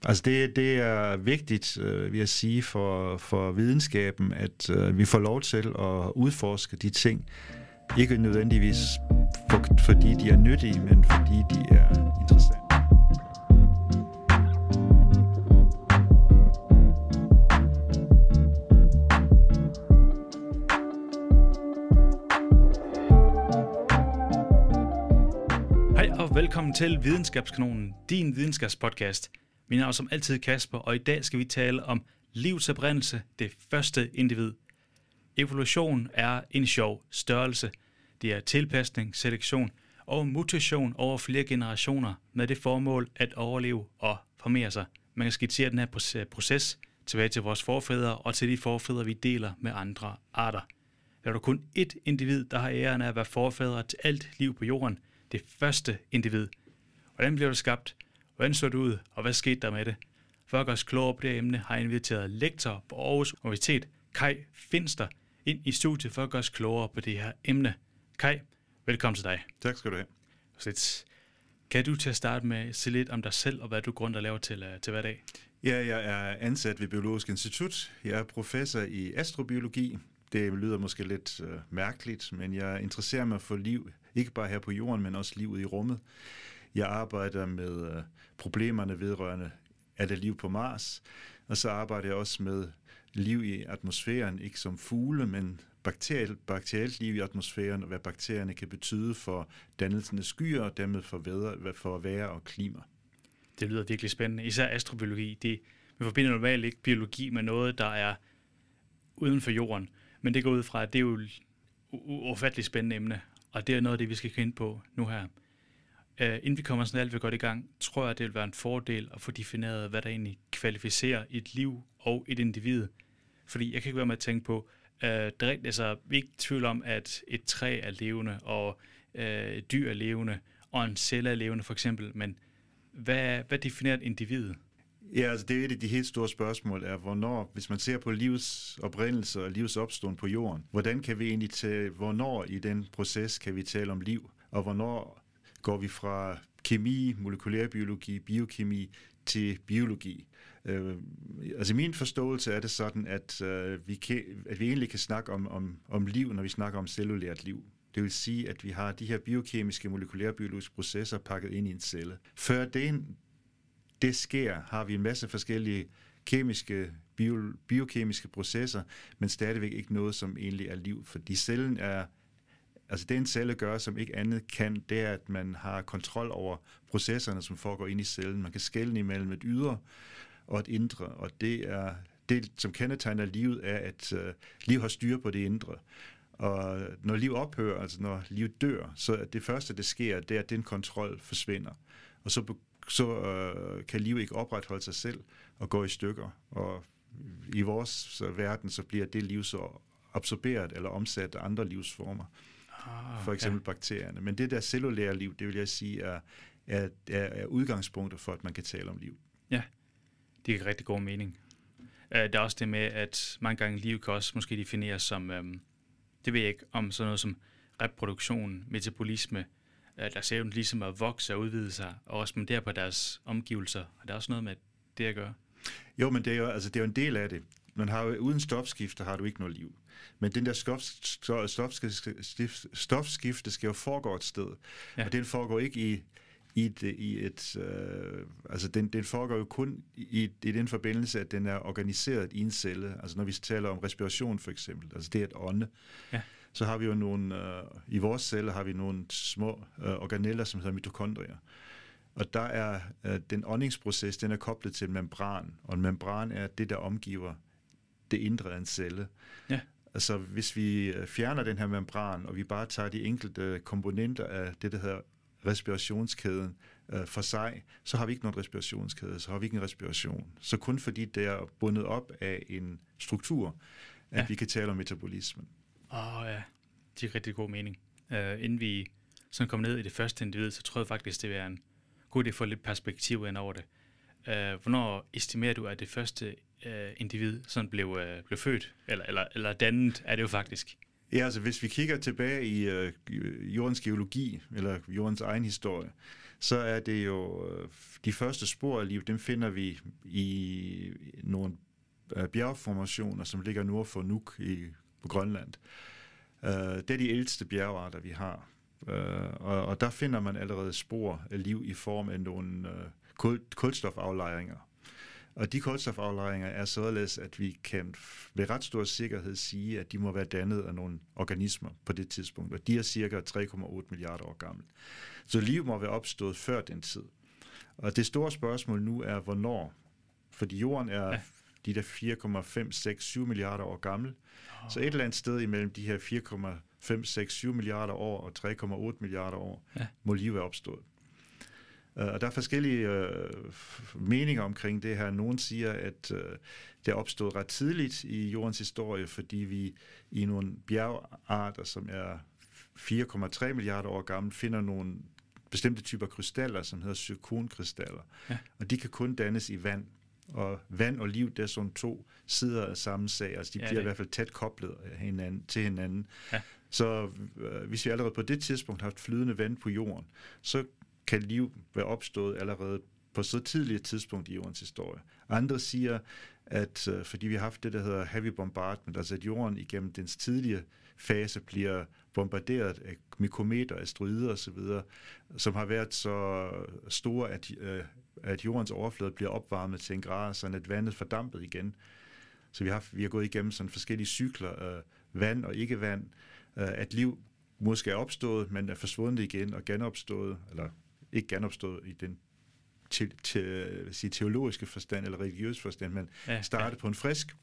Altså det er vigtigt, vil jeg sige, for videnskaben, at vi får lov til at udforske de ting. Ikke nødvendigvis fordi de er nyttige, men fordi de er interessante. Hej og velkommen til Videnskabskanonen, din videnskabspodcast. Min navn er som altid Kasper, og i dag skal vi tale om livets oprindelse, det første individ. Evolution er en sjov størrelse. Det er tilpasning, selektion og mutation over flere generationer med det formål at overleve og formere sig. Man kan skitsere den her proces tilbage til vores forfædre og til de forfædre, vi deler med andre arter. Der er der kun ét individ, der har æren af at være forfædre til alt liv på jorden. Det første individ. Hvordan blev det skabt? Hvordan så det ud? Og hvad skete der med det? For at gøre os klogere på det emne, har jeg inviteret lektor på Aarhus Universitet, Kai Finster, ind i studiet for at gøre os klogere på det her emne. Kai, velkommen til dig. Tak skal du have. Kan du til at starte med at sige lidt om dig selv og hvad du grunder laver til hverdag? Ja, jeg er ansat ved Biologisk Institut. Jeg er professor i astrobiologi. Det lyder måske lidt mærkeligt, men jeg interesserer mig for liv, ikke bare her på jorden, men også livet i rummet. Jeg arbejder med problemerne vedrørende, er der liv på Mars, og så arbejder jeg også med liv i atmosfæren, ikke som fugle, men bakterielt liv i atmosfæren, og hvad bakterierne kan betyde for dannelsen af skyer, og dermed for vejr og klima. Det lyder virkelig spændende. Især astrobiologi. Vi forbinder normalt ikke biologi med noget, der er uden for jorden, men det går ud fra, at det er jo et ufatteligt spændende emne, og det er noget af det, vi skal kende på nu her. Inden vi kommer sådan alt godt i gang, tror jeg, det vil være en fordel at få defineret, hvad der egentlig kvalificerer et liv og et individ. Fordi jeg kan ikke være med at tænke på, vi er ikke i tvivl om, at et træ er levende, og et dyr er levende, og en celle er levende for eksempel, men hvad definerer et individ? Ja, altså det er et af de helt store spørgsmål, er hvornår, hvis man ser på livets oprindelse og livets opståen på jorden, hvordan kan vi egentlig hvornår i den proces kan vi tale om liv, og hvornår går vi fra kemi, molekylærbiologi, biokemi til biologi. Altså min forståelse er det sådan, at vi egentlig kan snakke om liv, når vi snakker om cellulært liv. Det vil sige, at vi har de her biokemiske, molekylærbiologiske processer pakket ind i en celle. Før det sker, har vi en masse forskellige biokemiske processer, men stadigvæk ikke noget, som egentlig er liv. Fordi cellen er, altså det en celle gør, som ikke andet kan, det er, at man har kontrol over processerne, som foregår ind i cellen. Man kan skelne imellem et ydre og et indre, og det som kendetegner livet, er, at liv har styr på det indre. Og når liv ophører, altså når liv dør, så det første, der sker, det er, at den kontrol forsvinder. Og så kan liv ikke opretholde sig selv og gå i stykker. Og i vores verden, så bliver det liv så absorberet eller omsat af andre livsformer. For eksempel bakterierne. Men det der cellulære liv, det vil jeg sige, er udgangspunkter for, at man kan tale om liv. Ja, det giver rigtig god mening. Der er også det med, at mange gange liv kan også måske defineres som, det ved jeg ikke, om sådan noget som reproduktion, metabolisme, der ser jo ligesom at vokse og udvide sig, og også med der på deres omgivelser. Og der er også noget med det at gøre. Jo, men det er jo en del af det. Man har jo, uden stofskifte har du ikke noget liv. Men den der stofskifte skal jo foregå et sted. Ja. Og den foregår ikke den foregår jo kun i den forbindelse, at den er organiseret i en celle. Altså når vi taler om respiration for eksempel, altså det er et ånde. Ja. Så har vi jo i vores celler har vi nogle små organeller, som hedder mitokondrier. Og der er den åndingsproces, den er koblet til en membran, og en membran er det, der omgiver det indre af en celle. Ja. Altså hvis vi fjerner den her membran, og vi bare tager de enkelte komponenter af det, der hedder respirationskæden for sig, så har vi ikke nogen respirationskæde, så har vi ikke en respiration. Så kun fordi det er bundet op af en struktur, at vi kan tale om metabolismen. Ja, det er rigtig god mening. Inden vi sådan kom ned i det første individ, så tror jeg faktisk, det vil være en god idé at få lidt perspektiv ind over det. Hvornår estimerer du, at det første individ sådan blev født, eller dannet er det jo faktisk? Ja, altså hvis vi kigger tilbage i jordens geologi, eller jordens egen historie, så er det jo de første spor af liv, dem finder vi i nogle bjergformationer, som ligger nord for Nuuk på Grønland. Det er de ældste bjergarter, vi har. Og der finder man allerede spor af liv i form af nogle kulstofaflejringer. Og de kulstofaflejringer er således, at vi kan med ret stor sikkerhed sige, at de må være dannet af nogle organismer på det tidspunkt. Og de er cirka 3,8 milliarder år gamle. Så liv må være opstået før den tid. Og det store spørgsmål nu er, hvornår? Fordi jorden er de der 4,5, 6, 7 milliarder år gammel. Så et eller andet sted imellem de her 4,5, 6, 7 milliarder år og 3,8 milliarder år må liv være opstået. Og der er forskellige meninger omkring det her. Nogle siger, at det er opstået ret tidligt i jordens historie, fordi vi i nogle bjergarter, som er 4,3 milliarder år gamle, finder nogle bestemte typer krystaller, som hedder zirkonkrystaller. Ja. Og de kan kun dannes i vand. Og vand og liv, det er sådan to sider af samme sag. Altså de bliver i hvert fald tæt koblet til hinanden. Ja. Så hvis vi allerede på det tidspunkt har haft flydende vand på jorden, så kan liv være opstået allerede på så tidligt et tidspunkt i jordens historie. Andre siger, at fordi vi har haft det, der hedder heavy bombardment, altså at jorden igennem dens tidlige fase bliver bombarderet af mikrometer, asteroider osv., som har været så store, at jordens overflade bliver opvarmet til en grad, så at vandet fordampet igen. Så vi har gået igennem sådan forskellige cykler, vand og ikke vand, at liv måske er opstået, men er forsvundet igen og genopstået, eller ikke genopstået i den teologiske forstand eller religiøs forstand, men startet på en frisk.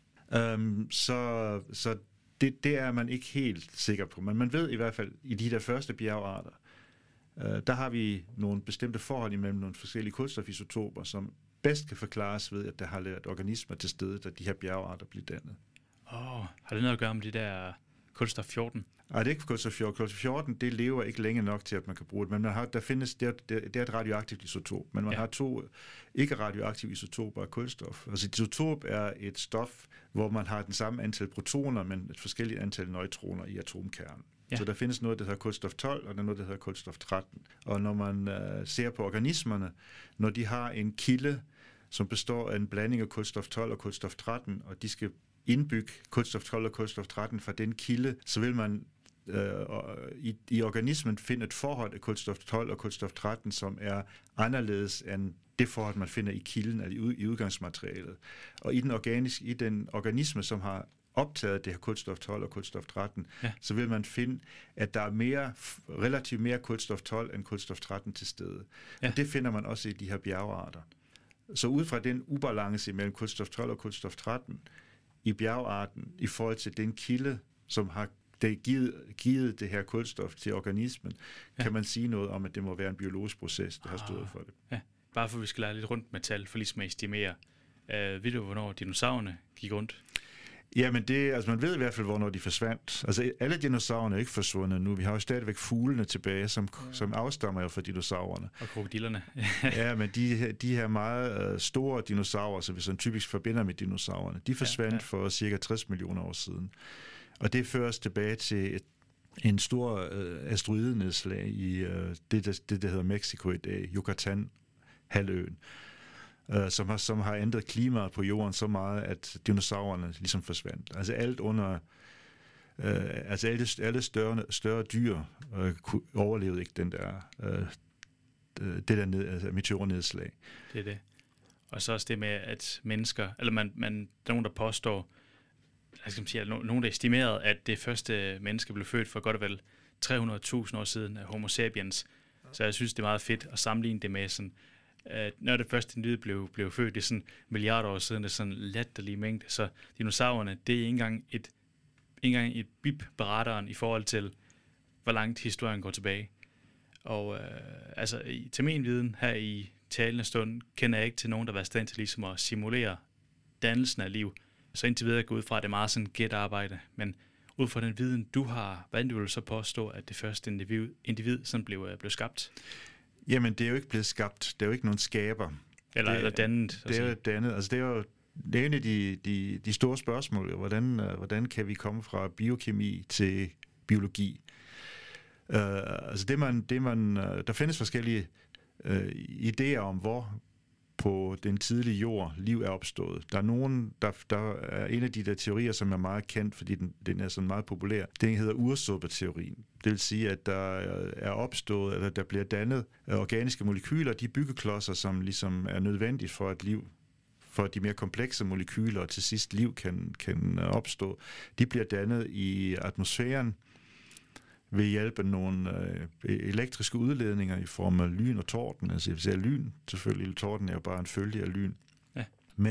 Så det er man ikke helt sikker på. Men man ved i hvert fald, i de der første bjergarter, der har vi nogle bestemte forhold imellem nogle forskellige kulstofisotoper, som bedst kan forklares ved, at der har været organismer til stede, da de her bjergarter bliver dannet. Har det noget at gøre med de der kulstof 14? Nej, det er ikke kulstof 14. Kulstof 14, det lever ikke længe nok til, at man kan bruge det. Men det er et radioaktivt isotop. Men man har to ikke-radioaktive isotoper af kulstof. Altså et isotop er et stof, hvor man har den samme antal protoner, men et forskelligt antal neutroner i atomkernen. Ja. Så der findes noget, der hedder kulstof 12, og der er noget, der hedder kulstof 13. Og når man ser på organismerne, når de har en kilde, som består af en blanding af kulstof 12 og kulstof 13, og de skal indbygge kulstof 12 og kulstof 13 fra den kilde, så vil man i organismen finde et forhold af kulstof 12 og kulstof 13, som er anderledes end det forhold, man finder i kilden eller i udgangsmaterialet. Og i den organisme, som har optaget det her kulstof 12 og kulstof 13, så vil man finde, at der er relativt mere kulstof 12 end kulstof 13 til stede. Ja. Og det finder man også i de her bjergarter. Så ud fra den ubalance mellem kulstof 12 og kulstof 13 i bjergarten, i forhold til den kilde, som har givet det her kulstof til organismen, kan man sige noget om, at det må være en biologisk proces, der har stået for det. Ja. Bare for at vi skal lade lidt rundt med tal, for ligesom at estimere. Ved du, hvornår dinosaurerne gik rundt? Jamen, man ved i hvert fald, hvornår de forsvandt. Altså, alle dinosaurerne er ikke forsvundet nu. Vi har jo stadigvæk fuglene tilbage, som afstammer jo fra dinosaurerne. Og krokodillerne. Ja, men de her meget store dinosaurer, som vi sådan typisk forbinder med dinosaurerne, de forsvandt for cirka 60 millioner år siden. Og det føres tilbage til en stor asteroidenedslag i det, der hedder Mexico i dag, Yucatan-halvøen, som har ændret klimaet på jorden så meget, at dinosaurerne ligesom forsvandt. Altså alt under, alle større dyr overlevede ikke det der meteornedslag. Det er det. Og så også det med, at mennesker, eller der er nogen, der påstår, nogen, der estimerede, at det første menneske blev født for godt og vel 300.000 år siden af Homo sapiens. Så jeg synes, det er meget fedt at sammenligne det med sådan, når det første individ blev født, det er sådan milliarder år siden, det er sådan en latterlig mængde. Så dinosaurerne, det er ikke engang et bip beretteren i forhold til, hvor langt historien går tilbage. Og til min viden her i talende stund, kender jeg ikke til nogen, der har været i stand til ligesom at simulere dannelsen af liv. Så indtil videre går ud fra, at det er meget sådan gætarbejde. Men ud fra den viden, du har, hvordan du vil så påstå, at det første individ sådan blev skabt? Jamen, det er jo ikke blevet skabt. Det er jo ikke nogen skaber. Eller dannet. Det er jo dannet. Altså, det er jo det er en af de store spørgsmål. Hvordan kan vi komme fra biokemi til biologi? Altså der findes forskellige idéer om, hvor på den tidlige jord liv er opstået. Der er en af de der teorier, som er meget kendt, fordi den er sådan meget populær. Den hedder ursuppeteorien. Det vil sige, at der er opstået, eller der bliver dannet organiske molekyler, de byggeklodser, som ligesom er nødvendige for at liv, for de mere komplekse molekyler, og til sidst liv kan opstå. De bliver dannet i atmosfæren ved hjælp af nogle elektriske udledninger i form af lyn og torden. Altså jeg vil sige lyn, selvfølgelig. Torden er jo bare en følge af lyn. Ja.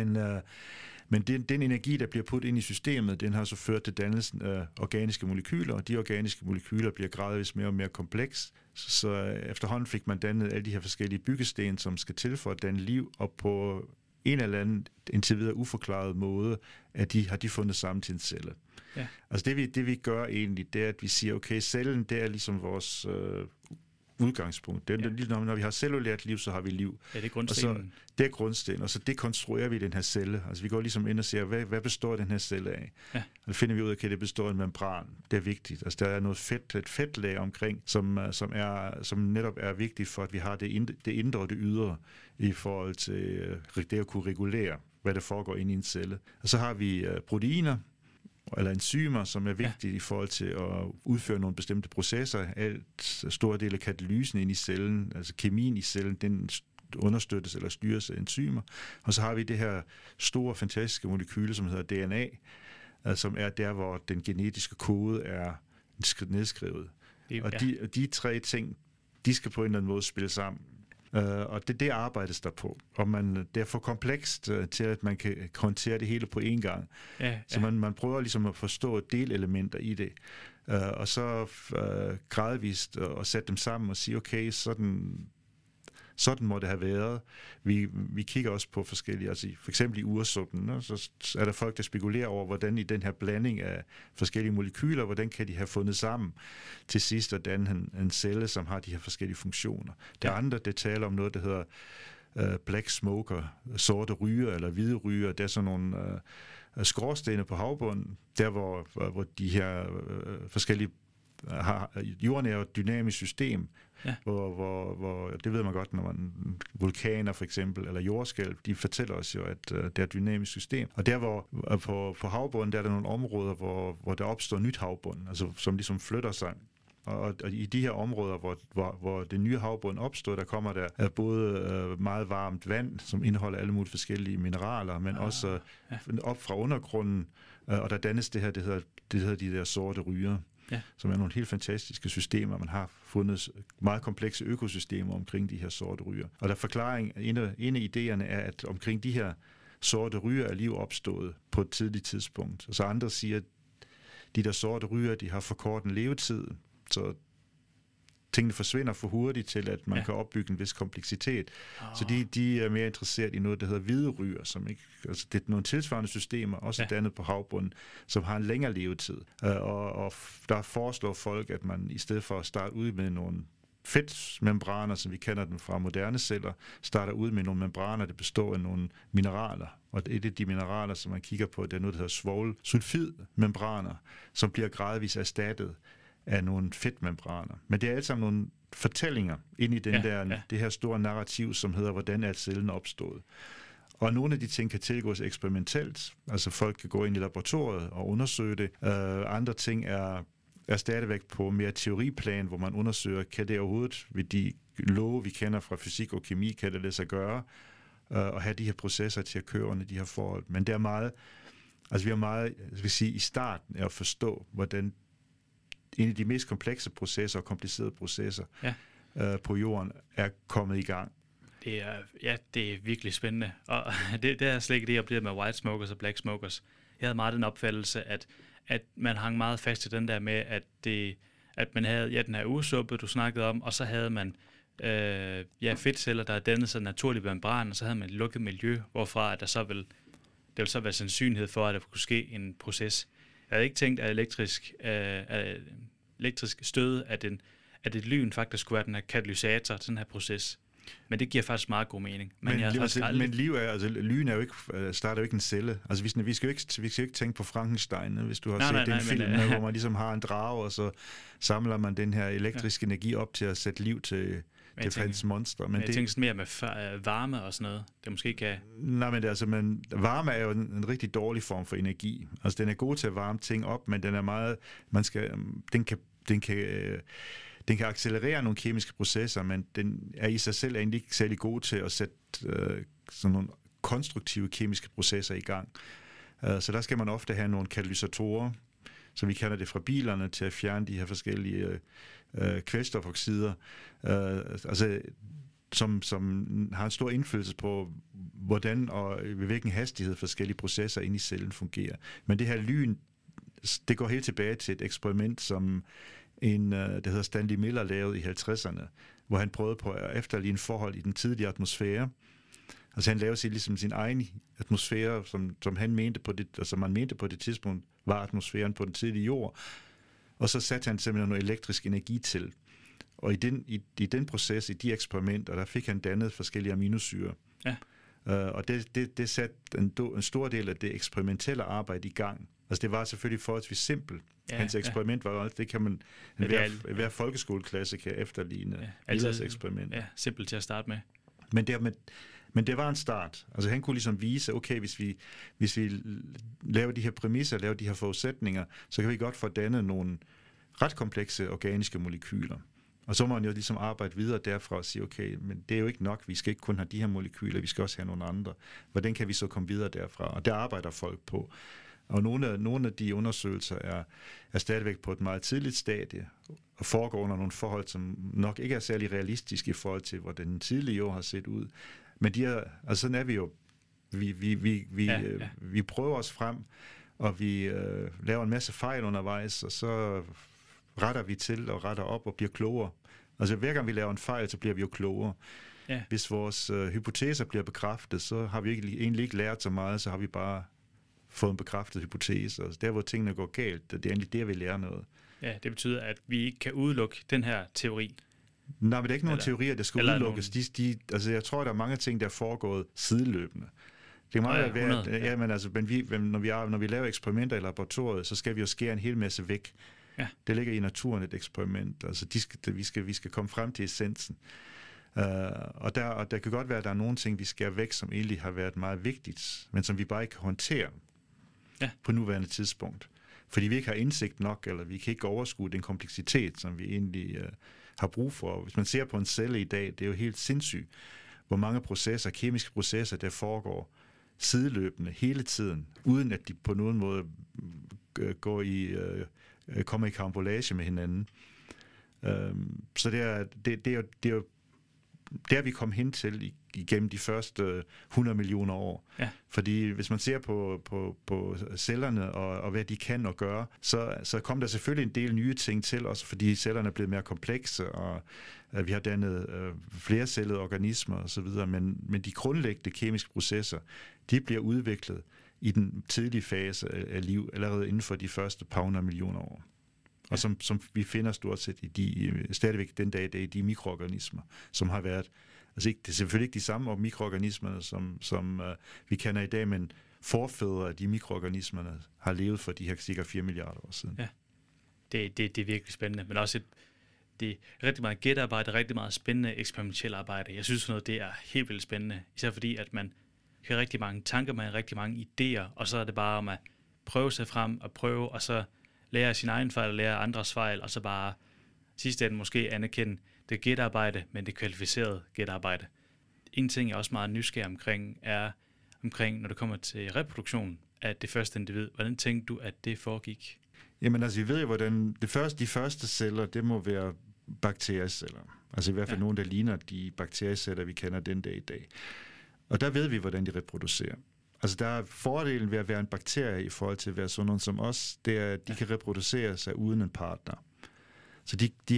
Men den energi, der bliver puttet ind i systemet, den har så ført til dannelsen af organiske molekyler, og de organiske molekyler bliver gradvist mere og mere kompleks. Så efterhånden fik man dannet alle de her forskellige byggesten, som skal til for at danne liv, og på en eller anden indtil videre uforklaret måde, har de fundet sammen til en celle. Ja. Altså det vi gør egentlig, det er, at vi siger, okay, cellen, det er ligesom vores udgangspunkt. Det er, ligesom, når vi har cellulært liv, så har vi liv. Ja, det er grundstenen. Det er grundstenen, og så dekonstruerer vi den her celle. Altså vi går ligesom ind og siger, hvad består den her celle af? Ja. Og det finder vi ud af, at det består af en membran. Det er vigtigt. Altså der er noget et fedtlag omkring, som netop er vigtigt for, at vi har det indre og det ydre i forhold til det at kunne regulere, hvad der foregår inde i en celle. Og så har vi proteiner, eller enzymer, som er vigtige i forhold til at udføre nogle bestemte processer. Store del af katalysen inde i cellen, altså kemien i cellen, den understøttes eller styres af enzymer. Og så har vi det her store, fantastiske molekyle, som hedder DNA, som er der, hvor den genetiske kode er nedskrevet. Og de tre ting, de skal på en eller anden måde spille sammen. Og det arbejdes der på. Og det er for komplekst til, at man kan håndtere det hele på én gang. Ja. Så man prøver ligesom at forstå delelementer i det. Og så gradvist at sætte dem sammen og sige, okay, sådan må det have været. Vi kigger også på forskellige, altså for eksempel i ursuppen, så er der folk, der spekulerer over, hvordan i den her blanding af forskellige molekyler, hvordan kan de have fundet sammen til sidst at danne en celle, som har de her forskellige funktioner. Der er andre, der taler om noget, der hedder black smoker, sorte ryger eller hvide ryger. Der er sådan nogle skorstene på havbunden, der hvor de her forskellige jorden er jo et dynamisk system, hvor det ved man godt, når vulkaner for eksempel, eller jordskælv, de fortæller os jo, at det er et dynamisk system. Og der hvor på havbunden, der er der nogle områder, hvor der opstår nyt havbund, altså som ligesom flytter sig. Og i de her områder, hvor det nye havbund opstår, der kommer der både meget varmt vand, som indeholder alle mulige forskellige mineraler, men også op fra undergrunden, og der dannes det her, det hedder de der sorte ryger. Ja. Som er nogle helt fantastiske systemer. Man har fundet meget komplekse økosystemer omkring de her sorte ryger. Og der forklaring, en af idéerne er, at omkring de her sorte ryger er liv opstået på et tidligt tidspunkt. Og så andre siger, at de der sorte ryger, de har for kort en levetid, så tingene forsvinder for hurtigt til, at man kan opbygge en vis kompleksitet. Så de er mere interesseret i noget, der hedder hvide ryger, som ikke, altså det er nogle tilsvarende systemer, også dannet på havbunden, som har en længere levetid. Og der foreslår folk, at man i stedet for at starte ud med nogle fedtmembraner, som vi kender dem fra moderne celler, starter ud med nogle membraner, der består af nogle mineraler. Og et af de mineraler, som man kigger på, det er noget, der hedder svovl-sulfidmembraner, som bliver gradvist erstattet af nogle fedtmembraner. Men det er alle sammen nogle fortællinger ind i det her store narrativ, som hedder, hvordan er cellen opstået. Og nogle af de ting kan tilgås eksperimentelt, altså folk kan gå ind i laboratoriet og undersøge det. Andre ting er stadigvæk på mere teoriplan, hvor man undersøger, kan det overhovedet ved de love, vi kender fra fysik og kemi, kan det lade sig gøre, og have de her processer til at køre under de her forhold. Men det er meget, altså vi er meget, skal vi sige, i starten af at forstå, hvordan en af de mest komplekse processer og komplicerede processer på jorden er kommet i gang. Det er virkelig spændende. Og det er slet ikke det, jeg bliver med white smokers og black smokers. Jeg havde meget den opfattelse, at man hang meget fast i den der med, at man havde den her ursuppe, du snakkede om, og så havde man fedtceller, der dannede sig naturligt membran, og så havde man et lukket miljø, hvorfra at der vil så være sandsynlighed for, at der kunne ske en proces. Jeg havde ikke tænkt, at elektrisk stød, at et lyn faktisk skulle være den her katalysator til den her proces. Men det giver faktisk meget god mening. Men liv er, lyn er jo ikke, starter jo ikke en celle. Altså vi skal jo ikke tænke på Frankenstein, hvis du har set den film, hvor man ligesom har en drage, og så samler man den her elektriske energi op til at sætte liv til fandt monster. Men jeg tænker sådan mere med varme og sådan noget. Det måske kan... Nej, men varme er jo en rigtig dårlig form for energi. Altså den er god til at varme ting op, men den er meget... Den kan accelerere nogle kemiske processer, men den er i sig selv egentlig ikke særlig god til at sætte sådan nogle konstruktive kemiske processer i gang. Så der skal man ofte have nogle katalysatorer, så vi kalder det fra bilerne, til at fjerne de her forskellige kvælstofoxider, som har en stor indflydelse på, hvordan og ved hvilken hastighed forskellige processer inde i cellen fungerer. Men det her lyn, det går helt tilbage til et eksperiment, som der hedder Stanley Miller lavede i 50'erne, hvor han prøvede på at efterligne forhold i den tidlige atmosfære. Altså han lavede ligesom sin egen atmosfære, som han mente på det, og som man mente på det tidspunkt, var atmosfæren på den tidlige jord. Og så satte han simpelthen noget elektrisk energi til. Og i den proces, i de eksperimenter, der fik han dannet forskellige aminosyrer. Ja. Og det satte en stor del af det eksperimentelle arbejde i gang. Altså det var selvfølgelig forholdsvis simpelt. Ja, hans eksperiment var også, det kan man, hver folkeskoleklasse kan efterligne Millers eksperiment. Ja, simpelt til at starte med. Men det var en start. Altså han kunne ligesom vise, okay, hvis vi laver de her præmisser, laver de her forudsætninger, så kan vi godt få dannet nogle ret komplekse organiske molekyler. Og så må man jo ligesom arbejde videre derfra og sige, okay, men det er jo ikke nok, vi skal ikke kun have de her molekyler, vi skal også have nogle andre. Hvordan kan vi så komme videre derfra? Og der arbejder folk på. Og nogle af de undersøgelser er stadigvæk på et meget tidligt stadie, og foregår under nogle forhold, som nok ikke er særlig realistiske i forhold til, hvordan den tidlige jord har set ud. Men sådan er vi jo. Vi prøver os frem, og vi laver en masse fejl undervejs, og så retter vi til og retter op og bliver klogere. Altså hver gang vi laver en fejl, så bliver vi jo klogere. Ja. Hvis vores hypoteser bliver bekræftet, så har vi egentlig ikke lært så meget, så har vi bare fået en bekræftet hypotese. Altså der, hvor tingene går galt, det er egentlig der, vi lærer noget. Ja, det betyder, at vi ikke kan udelukke den her teori. Nej, men det er ikke nogen teorier, der skal udelukkes. Altså jeg tror, der er mange ting, der er foregået sideløbende. Det er meget når vi laver eksperimenter i laboratoriet, så skal vi jo skære en hel masse væk. Ja. Det ligger i naturen et eksperiment. Altså vi skal komme frem til essensen. Og der kan godt være, at der er nogle ting, vi skærer væk, som egentlig har været meget vigtigt, men som vi bare ikke kan håndtere på nuværende tidspunkt. Fordi vi ikke har indsigt nok, eller vi kan ikke overskue den kompleksitet, som vi egentlig har brug for. Hvis man ser på en celle i dag, det er jo helt sindssygt, hvor mange processer, kemiske processer, der foregår sideløbende hele tiden, uden at de på nogen måde kommer i karambolage med hinanden. Så det er jo der vi kom hen til igennem de første 100 millioner år. Ja. Fordi hvis man ser på cellerne og hvad de kan og gøre, så kom der selvfølgelig en del nye ting til os, fordi cellerne er blevet mere komplekse, og vi har dannet flercellede organismer osv., men de grundlæggende kemiske processer, de bliver udviklet i den tidlige fase af liv, allerede inden for de første par 100 millioner år. Og som vi finder stort set stadigvæk den dag i dag, de mikroorganismer, som har været, altså det er selvfølgelig ikke de samme mikroorganismer, som vi kender i dag, men forfædre af de mikroorganismerne har levet for de her cirka 4 milliarder år siden. Ja, det er virkelig spændende, men også det er rigtig meget gættearbejde, rigtig meget spændende eksperimentelt arbejde. Jeg synes noget, det er helt vildt spændende, især fordi, at man har rigtig mange tanker, man har rigtig mange idéer, og så er det bare om at prøve sig frem og prøve, og så lære sin egen fejl, lære andres fejl, og så bare sidst ende måske anerkende det gættearbejde, men det kvalificerede gættearbejde. En ting, jeg er også meget nysgerrig omkring, er når det kommer til reproduktion af det første individ. Hvordan tænkte du, at det foregik? Jamen altså, vi ved jo, hvordan de første celler, det må være bakterieceller. Altså i hvert fald nogle, der ligner de bakterieceller, vi kender den dag i dag. Og der ved vi, hvordan de reproducerer. Altså der er fordelen ved at være en bakterie i forhold til at være sådan nogen som os, det er, at de kan reproducere sig uden en partner. Så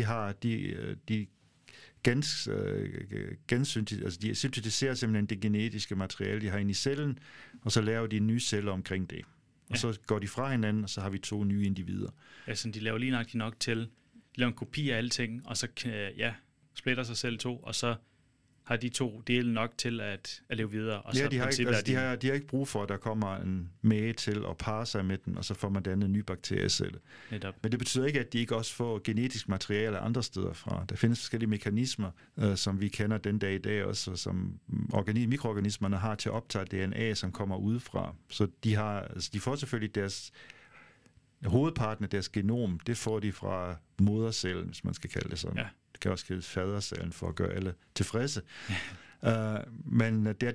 de syntetiserer simpelthen det genetiske materiale, de har inde i cellen, og så laver de nye celler omkring det. Og så går de fra hinanden, og så har vi 2 nye individer. Ja, så de laver lige nok til, de laver en kopi af alting, og så splitter sig selv 2, og så har de to dele nok til at leve videre. Og Ja, så de har ikke brug for, at der kommer en mage til at parre sig med den, og så får man dannet en ny bakteriecelle. Netop. Men det betyder ikke, at de ikke også får genetisk materiale andre steder fra. Der findes forskellige mekanismer, som vi kender den dag i dag også, som mikroorganismerne har til at optage DNA, som kommer udefra. Så de får selvfølgelig hovedparten af deres genom, det får de fra modercellen, hvis man skal kalde det sådan. Ja. Det kan også kaldes fadercellen for at gøre alle tilfredse. Men det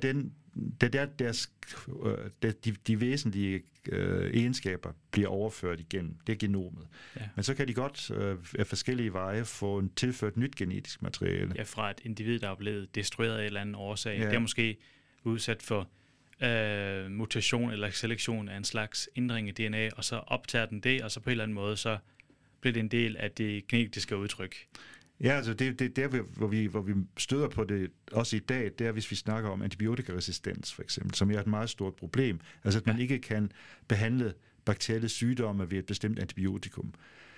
er de væsentlige egenskaber bliver overført igennem. Det er genomet. Ja. Men så kan de godt af forskellige veje få tilført nyt genetisk materiale. Ja, fra et individ, der er blevet destrueret af en eller anden årsag. Ja. Det er måske udsat for mutation eller selektion af en slags ændring i DNA, og så optager den det, og så på en eller anden måde, så bliver det en del af det genetiske udtryk. Ja, altså det er der, hvor vi støder på det også i dag, det er, hvis vi snakker om antibiotikaresistens, for eksempel, som er et meget stort problem. Altså, at man ikke kan behandle bakterielle sygdomme ved et bestemt antibiotikum.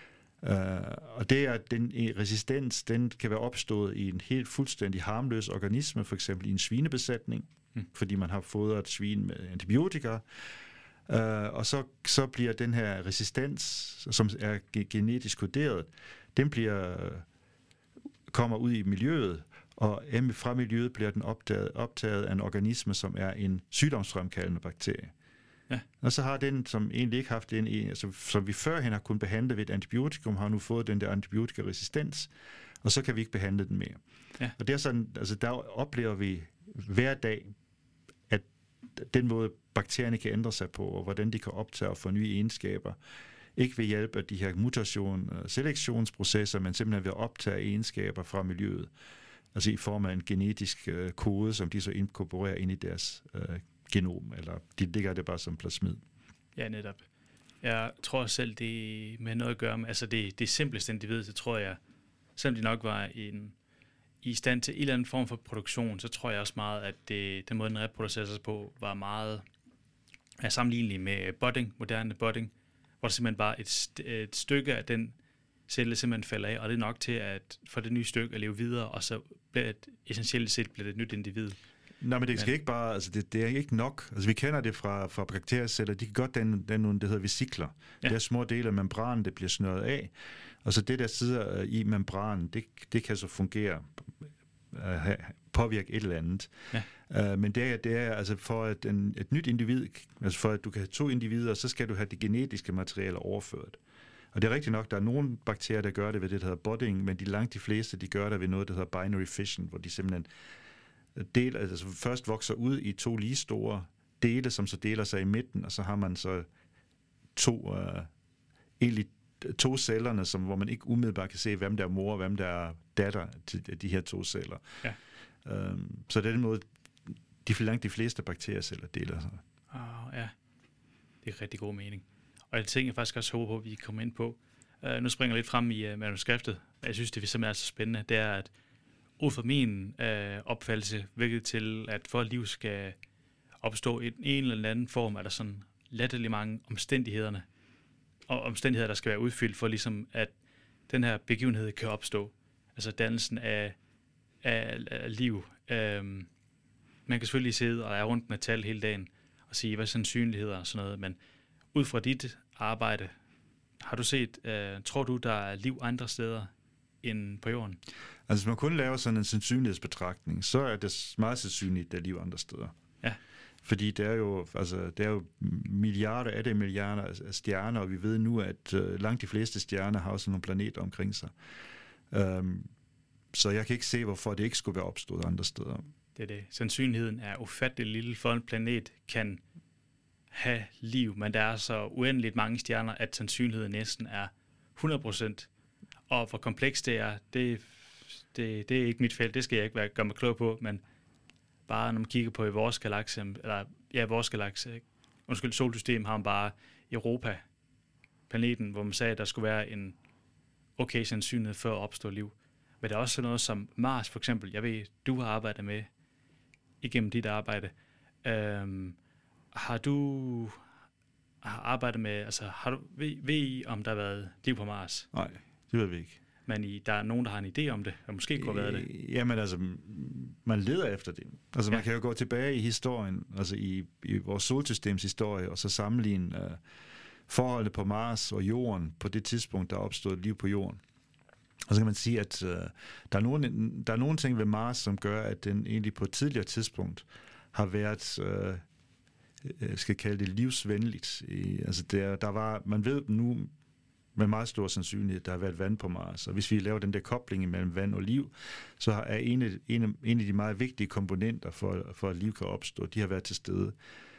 Og det er, den resistens, den kan være opstået i en helt fuldstændig harmløs organisme, for eksempel i en svinebesætning, fordi man har fodret svin med antibiotika, og så bliver den her resistens, som er genetisk koderet, den kommer ud i miljøet, og fra miljøet bliver den optaget af en organisme, som er en sygdomsfremkaldende bakterie. Ja. Og så har den, som egentlig ikke haft den, altså, som vi førhen har kunnet behandle ved et antibiotikum, har nu fået den der antibiotikaresistens, og så kan vi ikke behandle den mere. Ja. Og det er sådan, altså der oplever vi hver dag, at den måde bakterierne kan ændre sig på, og hvordan de kan optage og få nye egenskaber, ikke ved hjælp af de her selektionsprocesser, men simpelthen ved at optage egenskaber fra miljøet. Altså i form af en genetisk kode, som de så inkorporerer ind i deres genom, eller de ligger det bare som plasmid. Ja, netop. Jeg tror selv, det med noget at gøre med, altså det simpleste individ, så tror jeg, selvom de nok var i stand til en eller anden form for produktion, så tror jeg også meget, at den måde, den reproducerer sig på, var meget sammenlignelig med budding, moderne budding, hvor det simpelthen bare et stykke af den celle simpelthen falder af, og det er nok til at få det nye stykke at leve videre, og så bliver det essentielt set et nyt individ. Nej, men det skal ikke bare, altså det er ikke nok. Altså vi kender det fra bakterieceller, de kan godt danne nogle, der hedder vesikler. Ja. Det er små dele af membranen, det bliver snøret af, og så det, der sidder i membranen, det kan så fungere, påvirke et eller andet. Ja. Men det er altså for et nyt individ, altså for at du kan have to individer, så skal du have det genetiske materiale overført. Og det er rigtigt nok, der er nogle bakterier, der gør det ved det, der hedder budding, men langt de fleste, de gør det ved noget, der hedder binary fission, hvor de simpelthen først vokser ud i to lige store dele, som så deler sig i midten, og så har man så to cellerne, hvor man ikke umiddelbart kan se, hvem der er mor og hvem der er datter til de her to celler. Ja. Så det er den måde, langt de fleste bakterieceller deler sig. Ja, det er rigtig god mening. Og jeg tænker faktisk også håber på, at vi kommer ind på. Nu springer jeg lidt frem i manuskriptet. Jeg synes, det simpelthen er så spændende. Det er, at ud fra min opfattelse, hvilket til, at for at liv skal opstå i en eller anden form, er der sådan latterlig mange omstændigheder, der skal være udfyldt for ligesom, at den her begivenhed kan opstå. Altså dannelsen af liv. Man kan selvfølgelig sidde og er rundt med tal hele dagen og sige, hvad er sandsynligheder og sådan noget, men ud fra dit arbejde, har du set, tror du, der er liv andre steder end på jorden? Altså, hvis man kun laver sådan en sandsynlighedsbetragtning, så er det meget sandsynligt, at der er liv andre steder. Ja. Fordi der er jo milliarder af stjerner, og vi ved nu, at langt de fleste stjerner har også nogle planeter omkring sig. Så jeg kan ikke se, hvorfor det ikke skulle være opstået andre steder. Det er det. Sandsynligheden er ufattelig lille for en planet kan have liv, men der er så uendeligt mange stjerner, at sandsynligheden næsten er 100%. Og hvor komplekst det er, det er ikke mit felt, det skal jeg ikke gøre mig klog på, men bare når man kigger på vores galakse, solsystem, har man bare Europa, planeten, hvor man sagde, at der skulle være en okay sandsynlighed for at opstå liv. Men der er også noget som Mars, for eksempel. Jeg ved, du har arbejdet med, igennem dit arbejde. Har du arbejdet med, altså ved I, om der har været liv på Mars? Nej, det ved vi ikke. der er nogen, der har en idé om det, og måske kunne have været det? Jamen altså, man leder efter det. Altså man kan jo gå tilbage i historien, altså i vores solsystems historie, og så sammenligne forholdene på Mars og Jorden på det tidspunkt, der er opstået liv på Jorden. Og så kan man sige, at der er nogle ting ved Mars, som gør, at den egentlig på et tidligere tidspunkt har været, skal kalde det livsvenligt. Altså der var, man ved nu med meget stor sandsynlighed, der har været vand på Mars. Og hvis vi laver den der kobling mellem vand og liv, så er en af de meget vigtige komponenter for at liv kan opstå, de har været til stede.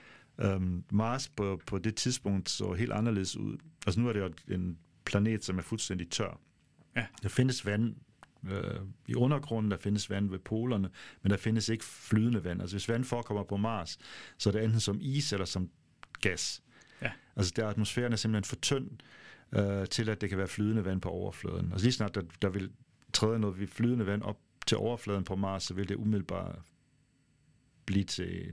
Mars på det tidspunkt så helt anderledes ud. Altså nu er det jo en planet, som er fuldstændig tør. Ja. Der findes vand i undergrunden, der findes vand ved polerne, men der findes ikke flydende vand. Altså hvis vand forekommer på Mars, så er det enten som is eller som gas. Ja. Altså der atmosfæren er simpelthen for tynd til, at det kan være flydende vand på overfladen. Altså lige snart der vil træde noget flydende vand op til overfladen på Mars, så vil det umiddelbart blive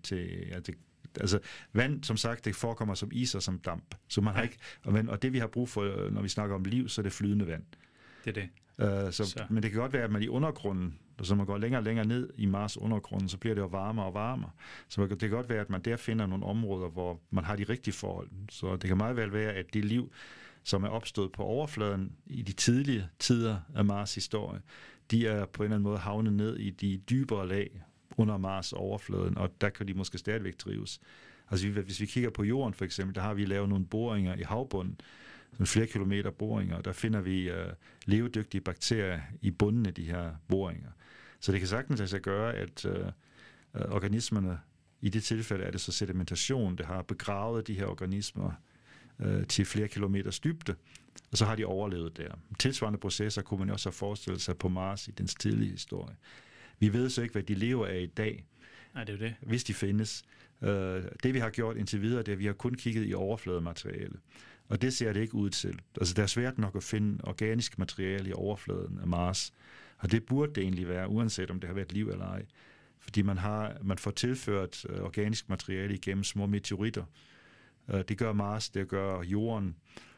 altså vand, som sagt, det forekommer som is og som damp. Så man har ikke, og det vi har brug for, når vi snakker om liv, så er det flydende vand. Det er det. Men det kan godt være, at man i undergrunden, så man går længere og længere ned i Mars undergrunden, så bliver det jo varmere og varmere. Så det kan godt være, at man der finder nogle områder, hvor man har de rigtige forhold. Så det kan meget vel være, at det liv, som er opstået på overfladen i de tidlige tider af Mars historie, de er på en eller anden måde havnet ned i de dybere lag under Mars overfladen, og der kan de måske stadigvæk trives. Altså hvis vi kigger på Jorden for eksempel, der har vi lavet nogle boringer i havbunden, sådan flere kilometer boringer, og der finder vi levedygtige bakterier i bunden af de her boringer. Så det kan sagtens lade sig gøre, at organismerne, i det tilfælde er det så sedimentation, det har begravet de her organismer til flere kilometers dybde, og så har de overlevet der. Tilsvarende processer kunne man også have forestillet sig på Mars i dens tidlige historie. Vi ved så ikke, hvad de lever af i dag, Nej, det er det. hvis de findes. Det vi har gjort indtil videre, det er, at vi har kun kigget i overflademateriale. Og det ser det ikke ud til. Altså det er svært nok at finde organisk materiale i overfladen af Mars. Og det burde det egentlig være, uanset om det har været liv eller ej. Fordi man får tilført organisk materiale igennem små meteoritter. Det gør Mars, det gør Jorden.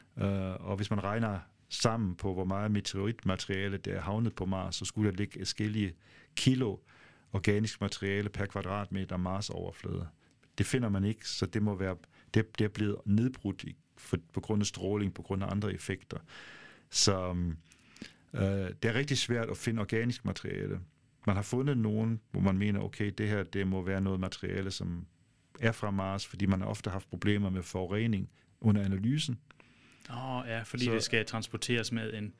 Og hvis man regner sammen på, hvor meget meteoritmateriale der er havnet på Mars, så skulle der ligge forskellige kilo organisk materiale per kvadratmeter Mars-overflade. Det finder man ikke, så det må være, det er blevet nedbrudt på grund af stråling, på grund af andre effekter. Så det er rigtig svært at finde organisk materiale. Man har fundet nogen, hvor man mener, okay, det her, det må være noget materiale, som er fra Mars, fordi man har ofte haft problemer med forurening under analysen. Ja, fordi det skal transporteres med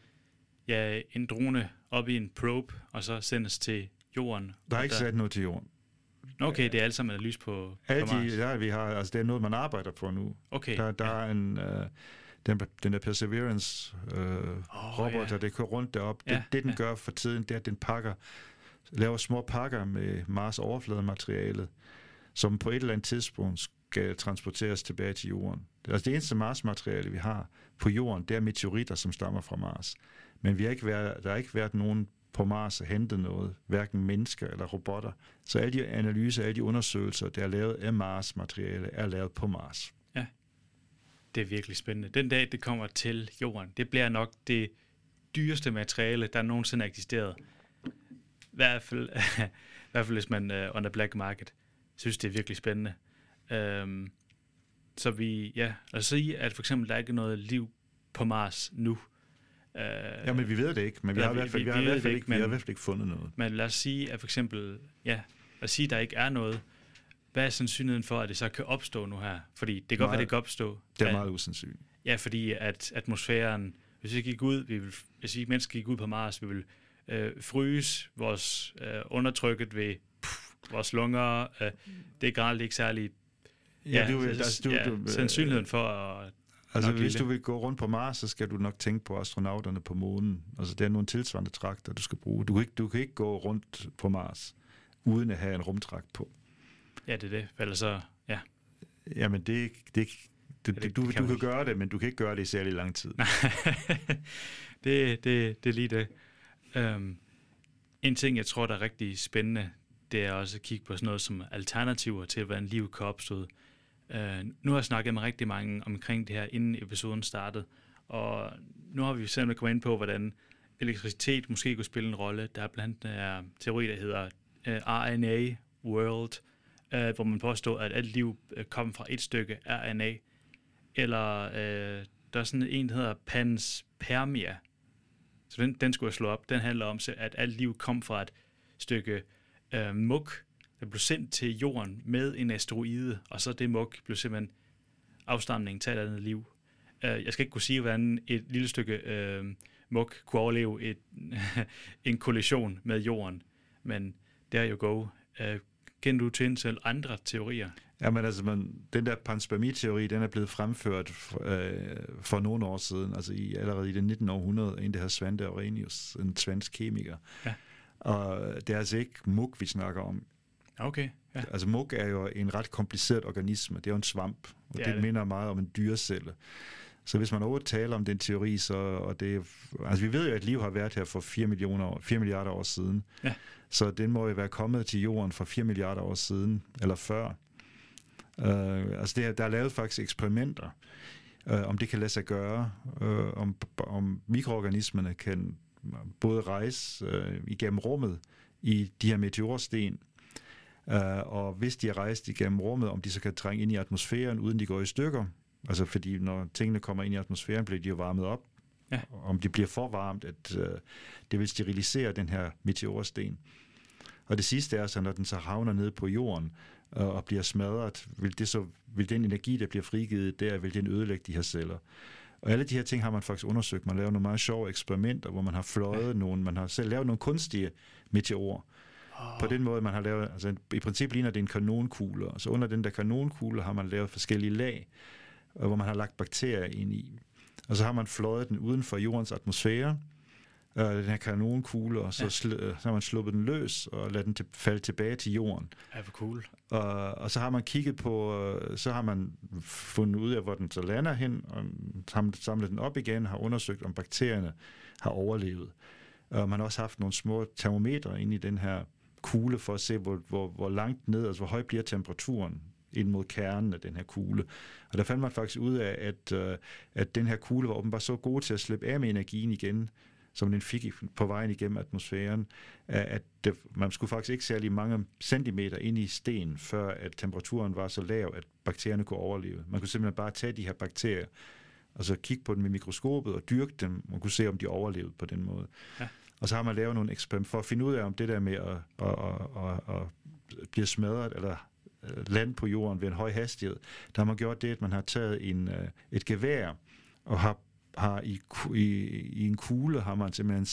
en drone op i en probe, og så sendes til Jorden. Der er ikke sat noget til Jorden. Okay, det er alt sammen analyse på Mars. Ja, vi har, altså det er noget, man arbejder på nu. Okay. Der er den der Perseverance robot, der det kører rundt derop. Det den gør for tiden, det er, at den laver små pakker med Mars overflademateriale, som på et eller andet tidspunkt skal transporteres tilbage til Jorden. Altså det eneste Mars-materiale, vi har på Jorden, det er meteoritter, som stammer fra Mars. Men der har ikke været nogen på Mars at hente noget, hverken mennesker eller robotter. Så alle de analyser, alle de undersøgelser, der er lavet af Mars-materiale, er lavet på Mars. Ja, det er virkelig spændende. Den dag, det kommer til Jorden, det bliver nok det dyreste materiale, der nogensinde har eksisteret. I hvert fald hvis man on the black market synes, det er virkelig spændende. Så altså sige, at for eksempel der er ikke noget liv på Mars nu. Men vi ved det ikke, men vi har i hvert fald ikke fundet noget. Men lad os sige, at for eksempel, der ikke er noget. Hvad er sandsynligheden for, at det så kan opstå nu her? Fordi det kan godt være, det kan opstå. Det er meget usandsynligt. Ja, fordi at atmosfæren, hvis vi mennesker gik ud på Mars, vi vil fryse vores undertrykket ved vores lunger. Det er generelt ikke særlig sandsynligheden for at... Altså hvis du vil gå rundt på Mars, så skal du nok tænke på astronauterne på månen. Altså det er nogle tilsvarende dragter, du skal bruge. Du kan ikke gå rundt på Mars, uden at have en rumdragt på. Ja, det er det. Eller så, ja. Jamen du kan gøre det, men du kan ikke gøre det i særlig lang tid. det er lige det. En ting, jeg tror, der er rigtig spændende, det er også at kigge på sådan noget som alternativer til, hvordan livet kan opstå. Nu har jeg snakket med rigtig mange omkring det her, inden episoden startede, og nu har vi simpelthen kommet ind på, hvordan elektricitet måske kunne spille en rolle. Der er blandt andet teori, der hedder RNA World, hvor man påstår, at alt liv kommer fra et stykke RNA. Eller der er sådan en, der hedder panspermia. Så den skulle jeg slå op. Den handler om, at alt liv kom fra et stykke mug, der blev sendt til jorden med en asteroide, og så det mug blev simpelthen afstamningen til et andet liv. Jeg skal ikke kunne sige, hvordan et lille stykke mug kunne overleve en kollision med jorden, men there you go. Kender du til andre teorier? Jamen altså, den der panspermie-teori, den er blevet fremført for nogle år siden, altså allerede i det 19. århundrede, en der hedder Svante Arrhenius, en svensk kemiker. Ja. Og det er altså ikke mug, vi snakker om. Okay. Ja. Altså mug er jo en ret kompliceret organisme, det er jo en svamp, og det minder meget om en dyrecelle. Så hvis man overhovedet taler om den teori, altså vi ved jo, at liv har været her for 4 milliarder år siden. Ja. Så den må jo være kommet til jorden for 4 milliarder år siden, eller før. Altså der er lavet faktisk eksperimenter, om det kan lade sig gøre, om mikroorganismerne kan både rejse igennem rummet i de her meteorsten, og hvis de er rejst igennem rummet, om de så kan trænge ind i atmosfæren, uden de går i stykker. Altså fordi når tingene kommer ind i atmosfæren, bliver de jo varmet op. Ja. Om det bliver for varmt, at det vil sterilisere den her meteorsten. Og det sidste er så, når den så havner ned på jorden og bliver smadret, vil den energi, der bliver frigivet der, vil den ødelægge de her celler. Og alle de her ting har man faktisk undersøgt. Man laver nogle meget sjove eksperimenter, hvor man har fløjet man har selv lavet nogle kunstige meteorer. På den måde, man har lavet, altså i princippet ligner det en kanonkugle, og så under den der kanonkugle har man lavet forskellige lag, hvor man har lagt bakterier ind i. Og så har man fløjet den uden for jordens atmosfære, den her kanonkugle, og så har man sluppet den løs og ladet den falde tilbage til jorden. Ja, hvor cool. Og så har man kigget på, så har man fundet ud af, hvor den så lander hen, og samlet den op igen, har undersøgt, om bakterierne har overlevet. Og man har også haft nogle små termometre inde i den her kugle, for at se, hvor langt ned, altså hvor høj bliver temperaturen ind mod kernen af den her kugle. Og der fandt man faktisk ud af, at den her kugle var åbenbart så god til at slippe af med energien igen, som den fik på vejen igennem atmosfæren, at man skulle faktisk ikke særlig mange centimeter ind i sten, før at temperaturen var så lav, at bakterierne kunne overleve. Man kunne simpelthen bare tage de her bakterier, og så kigge på dem med mikroskopet og dyrke dem, og kunne se, om de overlevede på den måde. Ja. Og så har man lavet nogle eksperimenter for at finde ud af, om det der med at blive smadret, eller land på jorden ved en høj hastighed, der har man gjort det, at man har taget et gevær, og har i en kugle har man simpelthen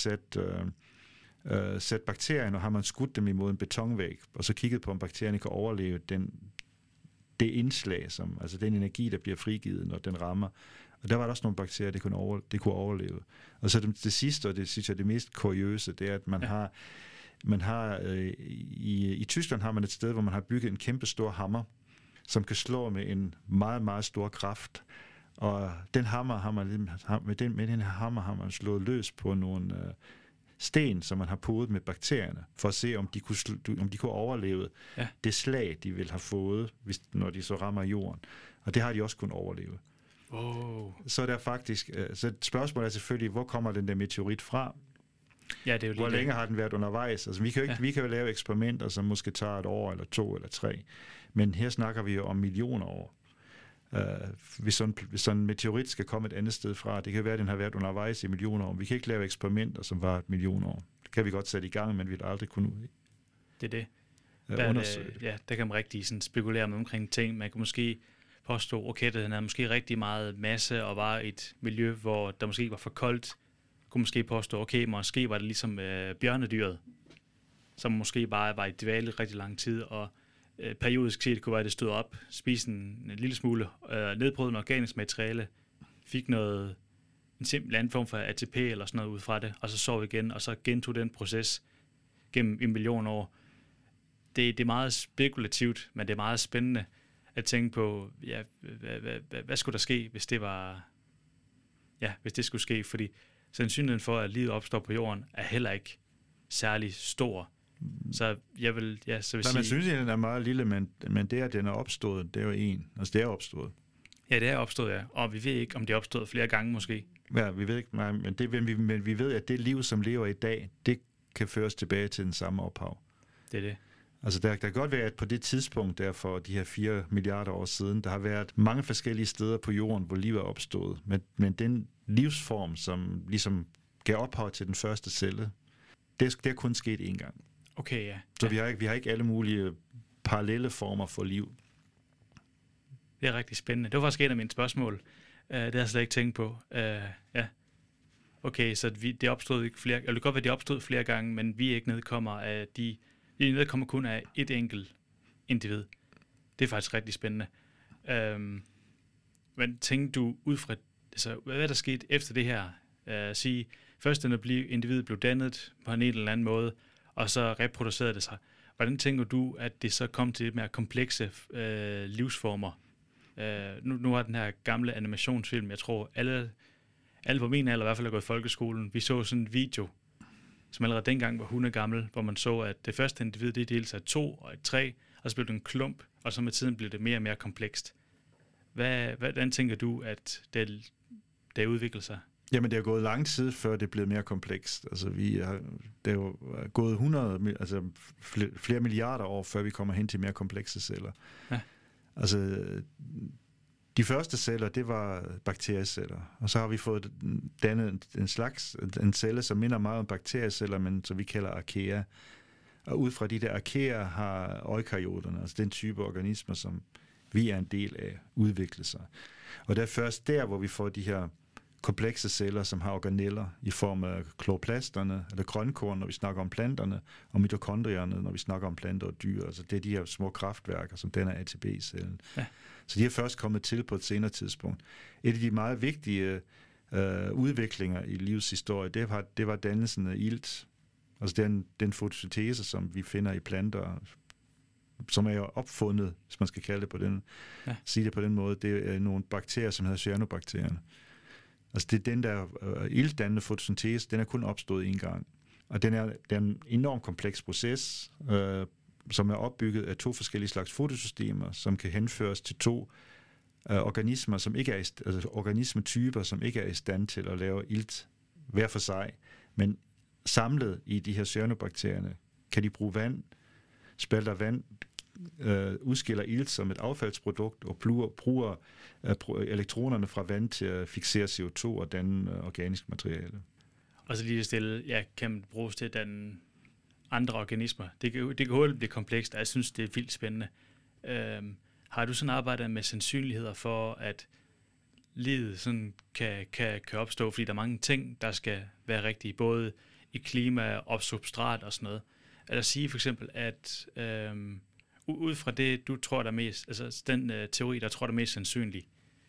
sat bakterierne, og har man skudt dem imod en betonvæg, og så kigget på, om bakterierne kan overleve det indslag, altså den energi, der bliver frigivet, når den rammer. Og der var der også nogle bakterier, det kunne overleve. Og så det sidste, og det synes jeg det mest kuriøse, det er, at man har i Tyskland har man et sted, hvor man har bygget en kæmpe stor hammer, som kan slå med en meget, meget stor kraft. Og den hammer har man med den her hammer har man slået løs på nogle sten, som man har podet med bakterierne, for at se, om de kunne overleve det slag, de ville have fået, når de så rammer jorden. Og det har de også kunnet overleve. Oh. Så der faktisk, så spørgsmålet er selvfølgelig, hvor kommer den der meteorit fra? Ja, det er jo hvor længe har den været undervejs? Altså, vi kan jo lave eksperimenter, som måske tager 1 år, eller 2, eller 3. Men her snakker vi jo om millioner år. Hvis sådan en meteorit skal komme et andet sted fra, det kan være, at den har været undervejs i millioner år. Vi kan ikke lave eksperimenter, som var 1 million år. Det kan vi godt sætte i gang, men vi vil aldrig kunne det er det. Undersøge det. Ja, der kan man rigtig sådan spekulere med omkring ting. Man kan måske påstå, okay, den havde måske rigtig meget masse, og var et miljø, hvor der måske var for koldt. Kunne måske påstå, okay, måske var det ligesom bjørnedyret, som måske bare var i dvale rigtig lang tid, og periodisk set kunne være, at det stod op, spiste en lille smule nedbrydende organisk materiale, fik en simpel anden form for ATP eller sådan noget ud fra det, og så sov igen, og så gentog den proces gennem 1 million år. Det er meget spekulativt, men det er meget spændende at tænke på, ja, hvad skulle der ske, hvis det skulle ske, fordi sandsynligheden for, at livet opstår på jorden, er heller ikke særlig stor. Så jeg vil sige... Man synes, at den er meget lille, men det, at den er opstået, det er jo altså det er opstået. Ja, det er opstået, ja. Og vi ved ikke, om det er opstået flere gange måske. Ja, vi ved ikke, nej, men vi ved, at det liv, som lever i dag, det kan føres tilbage til den samme ophav. Det er det. Altså, der kan godt være, at på det tidspunkt, der for de her 4 milliarder år siden, der har været mange forskellige steder på jorden, hvor liv er opstået. Men den livsform, som ligesom gav ophav til den første celle, det er kun sket én gang. Okay, ja. Så vi har ikke alle mulige parallelle former for liv. Det er rigtig spændende. Det var faktisk et af mine spørgsmål. Det har jeg slet ikke tænkt på. Ja. Okay, så det opstod ikke flere... Eller det kan godt være, det opstod flere gange, men vi er ikke nedkommer af de... Vi nedkommer kun af et enkelt individ. Det er faktisk rigtig spændende. Men tænker du ud fra... Altså, hvad er der sket efter det her? Sige, først individet blev dannet på en eller anden måde, og så reproducerede det sig. Hvordan tænker du, at det så kom til lidt mere komplekse livsformer? Nu har den her gamle animationsfilm, jeg tror, alle på min alder i hvert fald har gået i folkeskolen. Vi så sådan en video, som allerede dengang var 100 gammel, hvor man så, at det første individ, det delte sig 2 og 3, og så blev det en klump, og så med tiden blev det mere og mere komplekst. Hvordan tænker du, at det udvikler sig? Jamen, det har gået lang tid, før det blev mere komplekst. Altså, det er jo gået flere milliarder år, før vi kommer hen til mere komplekse celler. Ja. Altså, de første celler, det var bakterieceller, og så har vi fået dannet en celle, som minder meget om bakterieceller, men som vi kalder archaea. Og ud fra de der archaeer har eukaryoterne, altså den type organismer, som vi er en del af, udviklet sig. Og det er først der, hvor vi får de her komplekse celler, som har organeller i form af kloroplasterne, eller grønkorn, når vi snakker om planterne, og mitokondrierne, når vi snakker om planter og dyr. Altså det er de her små kraftværker, som danner ATP-cellen. Ja. Så de er først kommet til på et senere tidspunkt. Et af de meget vigtige udviklinger i livets historie, det var dannelsen af ilt. Altså den fotosyntese, som vi finder i planter, som er jo opfundet, hvis man skal kalde det på den, sige det på den måde, det er nogle bakterier, som hedder cyanobakterierne. Altså det er den der iltdannende fotosyntese, den er kun opstået en gang. Og det er en enormt kompleks proces, som er opbygget af 2 forskellige slags fotosystemer, som kan henføres til 2 organismer, som ikke er altså organismetyper, som ikke er i stand til at lave ilt hver for sig, men samlet i de her cyanobakterierne kan de bruge vand, spalter vand, udskiller ilt som et affaldsprodukt og bruger elektronerne fra vand til at fixere CO2 og danne organisk materiale. Og så lige stille, kan man bruges til at danne andre organismer. Det kan hurtigt blive komplekst, og jeg synes, det er vildt spændende. Har du sådan arbejdet med sandsynligheder for, at livet sådan kan opstå, fordi der er mange ting, der skal være rigtige, både i klima og substrat og sådan noget. Eller sige for eksempel, at ud fra det, du tror, der er mest, altså den teori, der tror, der er mest sandsynlig,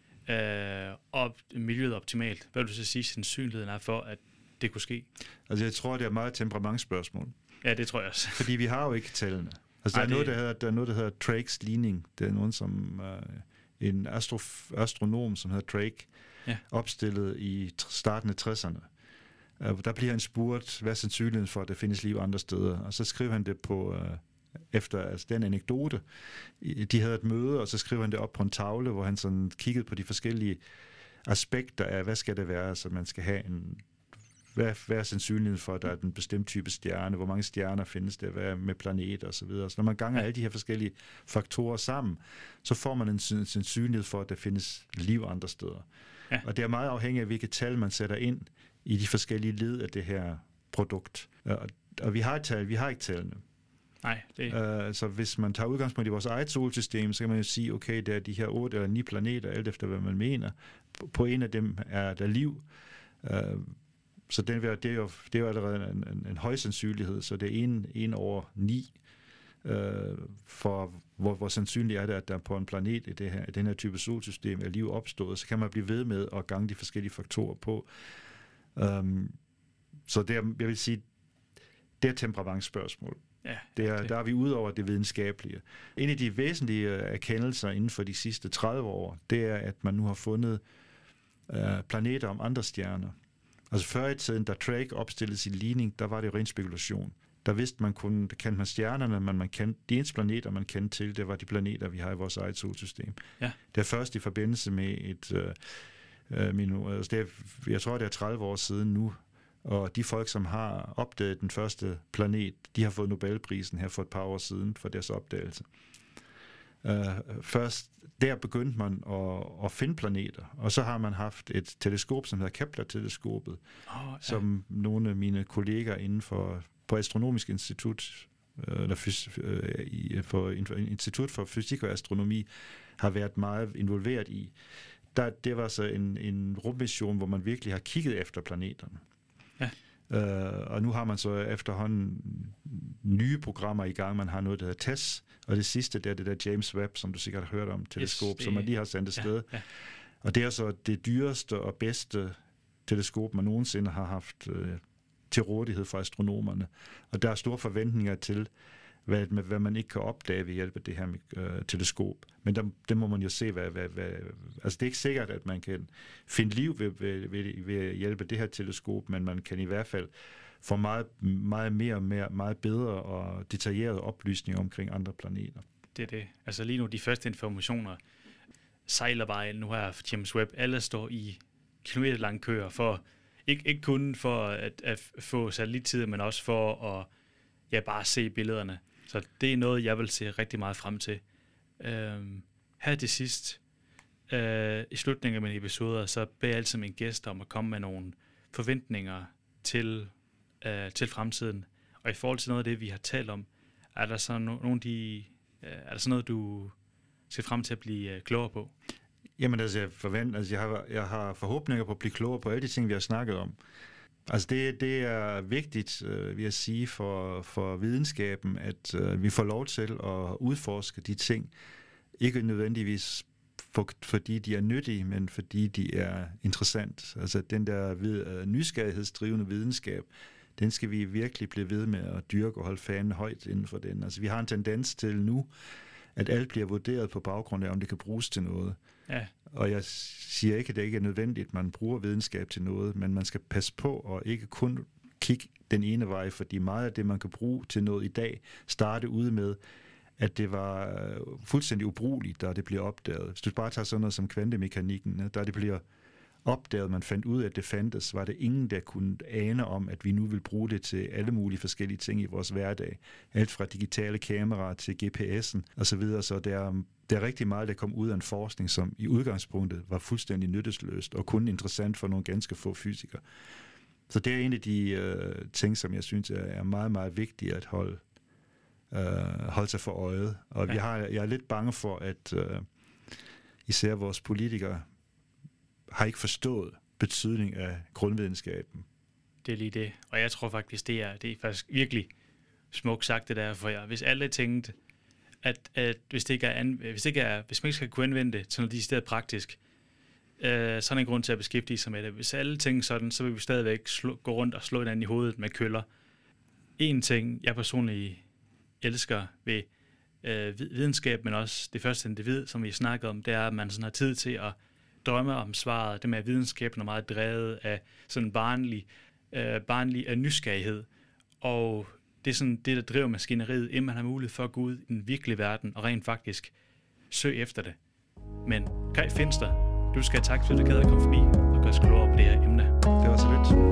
og miljøet optimalt, hvad vil du så sige, sandsynligheden er for, at det kunne ske? Altså jeg tror, det er meget temperamentsspørgsmål. Ja, det tror jeg også. Fordi vi har jo ikke tallene. Altså der er noget, der hedder Drakes ligning. Det er nogen, som en astronom, som hedder Drake, opstillet i starten af 60'erne. Der bliver han spurgt, hvad er sandsynligheden for, at der findes liv andre steder? Og så skriver han det på, efter den anekdote. De havde et møde, og så skriver han det op på en tavle, hvor han sådan kiggede på de forskellige aspekter af, hvad skal det være, så man skal have hvad er sandsynligheden for, at der er en bestemt type stjerne, hvor mange stjerner findes der, hvad med planeter og så videre. Så når man ganger alle de her forskellige faktorer sammen, så får man en sandsynlighed for, at der findes liv andre steder. Ja. Og det er meget afhængigt af, hvilke tal man sætter ind i de forskellige led af det her produkt. Og vi har ikke tallene. Nej, så hvis man tager udgangspunkt i vores eget solsystem, så kan man jo sige, okay, der er de her 8 eller 9 planeter, alt efter hvad man mener. På en af dem er der liv. Så det er jo allerede en høj sandsynlighed, så det er 1 over 9, for hvor sandsynligt er det, at der på en planet i den her type solsystem er liv opstået, så kan man blive ved med at gange de forskellige faktorer på. Så jeg vil sige, det er temperamentsspørgsmål. Ja, der er vi ude over det videnskabelige. En af de væsentlige erkendelser inden for de sidste 30 år, det er, at man nu har fundet planeter om andre stjerner. Altså før i tiden, da Drake opstillede sin ligning, der var det ren spekulation. der vidste man kun, der kendte man stjernerne, men man kendte de eneste planeter, man kendte til, det var de planeter, vi har i vores eget solsystem. Ja. Det er først i forbindelse med jeg tror, det er 30 år siden nu, og de folk, som har opdaget den første planet, de har fået Nobelprisen her for et par år siden for deres opdagelse. Først der begyndte man at finde planeter, og så har man haft et teleskop, som hedder Kepler-teleskopet, som nogle af mine kolleger inden for på Astronomisk Institut, for Institut for Fysik og Astronomi, har været meget involveret i. Det var så en rummission, hvor man virkelig har kigget efter planeterne. Ja. Og nu har man så efterhånden nye programmer i gang. Man har noget, der hedder TESS, og det sidste, det er det der James Webb, som du sikkert har hørt om, teleskop, som man lige har sendt afsted. Ja. Og det er så det dyreste og bedste teleskop, man nogensinde har haft til rådighed for astronomerne. Og der er store forventninger til, hvad man ikke kan opdage ved hjælp af det her teleskop. Men det må man jo se, altså det er ikke sikkert, at man kan finde liv ved hjælp af det her teleskop, men man kan i hvert fald få meget bedre og detaljerede oplysninger omkring andre planeter. Det er det. Altså lige nu, de første informationer sejler bare ind nu her for James Webb. Alle står i kilometerlange køer for, ikke kun for at få satellittid, men også for at bare se billederne. Så det er noget, jeg vil se rigtig meget frem til. Her til sidst, i slutningen af mine episoder, så beder jeg altid mine gæster om at komme med nogle forventninger til fremtiden. Og i forhold til noget af det, vi har talt om, er der så er der sådan noget, du ser frem til at blive klogere på? Jamen jeg har forhåbninger på at blive klogere på alle de ting, vi har snakket om. Altså det er vigtigt, vil jeg sige, for videnskaben, at vi får lov til at udforske de ting, ikke nødvendigvis fordi de er nyttige, men fordi de er interessant. Altså den der nysgerrighedsdrivende videnskab, den skal vi virkelig blive ved med at dyrke og holde fanen højt inden for den. Altså vi har en tendens til nu, at alt bliver vurderet på baggrund af, om det kan bruges til noget. Ja. Og jeg siger ikke, at det ikke er nødvendigt, at man bruger videnskab til noget, men man skal passe på og ikke kun kigge den ene vej, fordi meget af det, man kan bruge til noget i dag, starte ude med, at det var fuldstændig ubrugeligt, da det bliver opdaget. Hvis du bare tager sådan noget som kvantemekanikken, da det bliver opdaget, man fandt ud af, at det fandtes, var det ingen, der kunne ane om, at vi nu vil bruge det til alle mulige forskellige ting i vores hverdag. Alt fra digitale kameraer til GPS'en osv. Så der er rigtig meget, der kom ud af en forskning, som i udgangspunktet var fuldstændig nyttesløst og kun interessant for nogle ganske få fysikere. Så det er en af de ting, som jeg synes er meget, meget vigtigt at holde sig for øjet. Og jeg er lidt bange for, at især vores politikere har ikke forstået betydning af grundvidenskaben. Det er lige det. Og jeg tror faktisk, det er faktisk virkelig smukt sagt det der for jer. Hvis alle tænkte, at hvis man ikke skal kunne anvende det til noget decideret praktisk, så er der en grund til at beskæftige sig med det. Hvis alle tænker sådan, så vil vi stadigvæk gå rundt og slå hinanden i hovedet med køller. En ting, jeg personligt elsker ved videnskab, men også det første individ, som vi snakker om, det er, at man sådan har tid til at drømme om svaret. Det med, at videnskaben er meget drevet af sådan barnlig nysgerrighed. Og det er sådan det, der driver maskineriet, inden man har mulighed for at gå ud i den virkelige verden og rent faktisk søge efter det. Men Kaj Finster, du skal have tak, fordi du gad at komme forbi og gøre os klogere på det her emne. Det var så lidt.